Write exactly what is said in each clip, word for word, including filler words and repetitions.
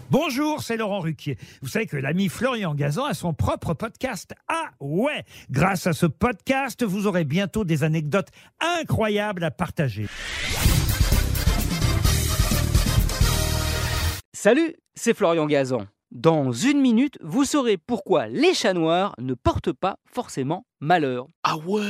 Bonjour, c'est Laurent Ruquier. Vous savez que l'ami Florian Gazan a son propre podcast. Ah ouais! Grâce à ce podcast, vous aurez bientôt des anecdotes incroyables à partager. Salut, c'est Florian Gazan. Dans une minute, vous saurez pourquoi les chats noirs ne portent pas forcément malheur. Ah ouais?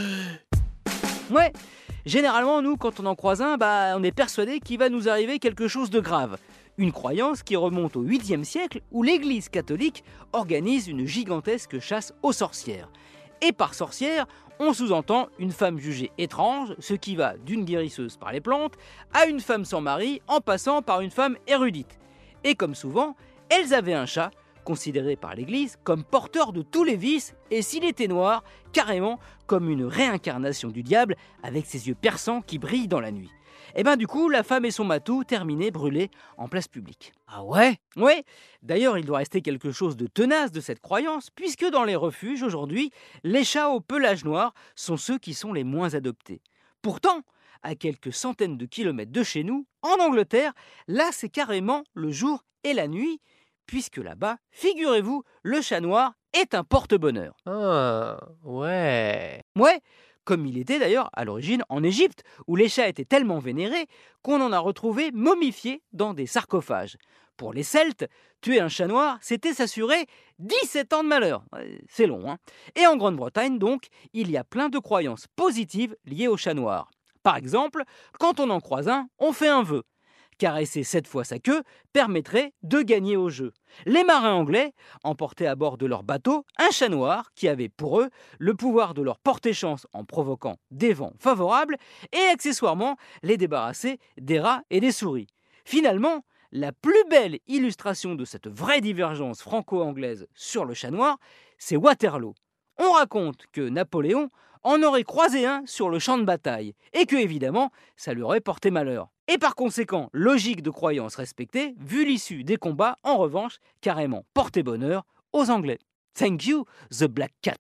Ouais, généralement, nous, quand on en croise un, bah, on est persuadé qu'il va nous arriver quelque chose de grave. Une croyance qui remonte au huitième siècle où l'Église catholique organise une gigantesque chasse aux sorcières. Et par sorcière, on sous-entend une femme jugée étrange, ce qui va d'une guérisseuse par les plantes à une femme sans mari en passant par une femme érudite. Et comme souvent, elles avaient un chat, considéré par l'Église comme porteur de tous les vices, et s'il était noir, carrément comme une réincarnation du diable avec ses yeux perçants qui brillent dans la nuit. Et ben du coup, la femme et son matou terminaient brûlés en place publique. Ah ouais? Ouais, d'ailleurs il doit rester quelque chose de tenace de cette croyance, puisque dans les refuges aujourd'hui, les chats au pelage noir sont ceux qui sont les moins adoptés. Pourtant, à quelques centaines de kilomètres de chez nous, en Angleterre, là c'est carrément le jour et la nuit, puisque là-bas, figurez-vous, le chat noir est un porte-bonheur. Ah ouais. Ouais, comme il était d'ailleurs à l'origine en Égypte, où les chats étaient tellement vénérés qu'on en a retrouvé momifiés dans des sarcophages. Pour les Celtes, tuer un chat noir, c'était s'assurer dix-sept ans de malheur. C'est long, hein. Et en Grande-Bretagne, donc, il y a plein de croyances positives liées au chat noir. Par exemple, quand on en croise un, on fait un vœu. Caresser sept fois sa queue permettrait de gagner au jeu. Les marins anglais emportaient à bord de leur bateau un chat noir qui avait pour eux le pouvoir de leur porter chance en provoquant des vents favorables et accessoirement les débarrasser des rats et des souris. Finalement, la plus belle illustration de cette vraie divergence franco-anglaise sur le chat noir, c'est Waterloo. On raconte que Napoléon en aurait croisé un sur le champ de bataille et que, évidemment, ça lui aurait porté malheur. Et par conséquent, logique de croyance respectée, vu l'issue des combats, en revanche, carrément porté bonheur aux Anglais. Thank you, the Black Cat.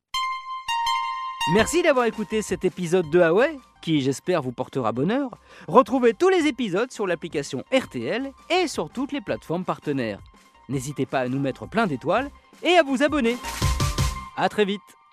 Merci d'avoir écouté cet épisode de Ah ouais, qui j'espère vous portera bonheur. Retrouvez tous les épisodes sur l'application R T L et sur toutes les plateformes partenaires. N'hésitez pas à nous mettre plein d'étoiles et à vous abonner. À très vite.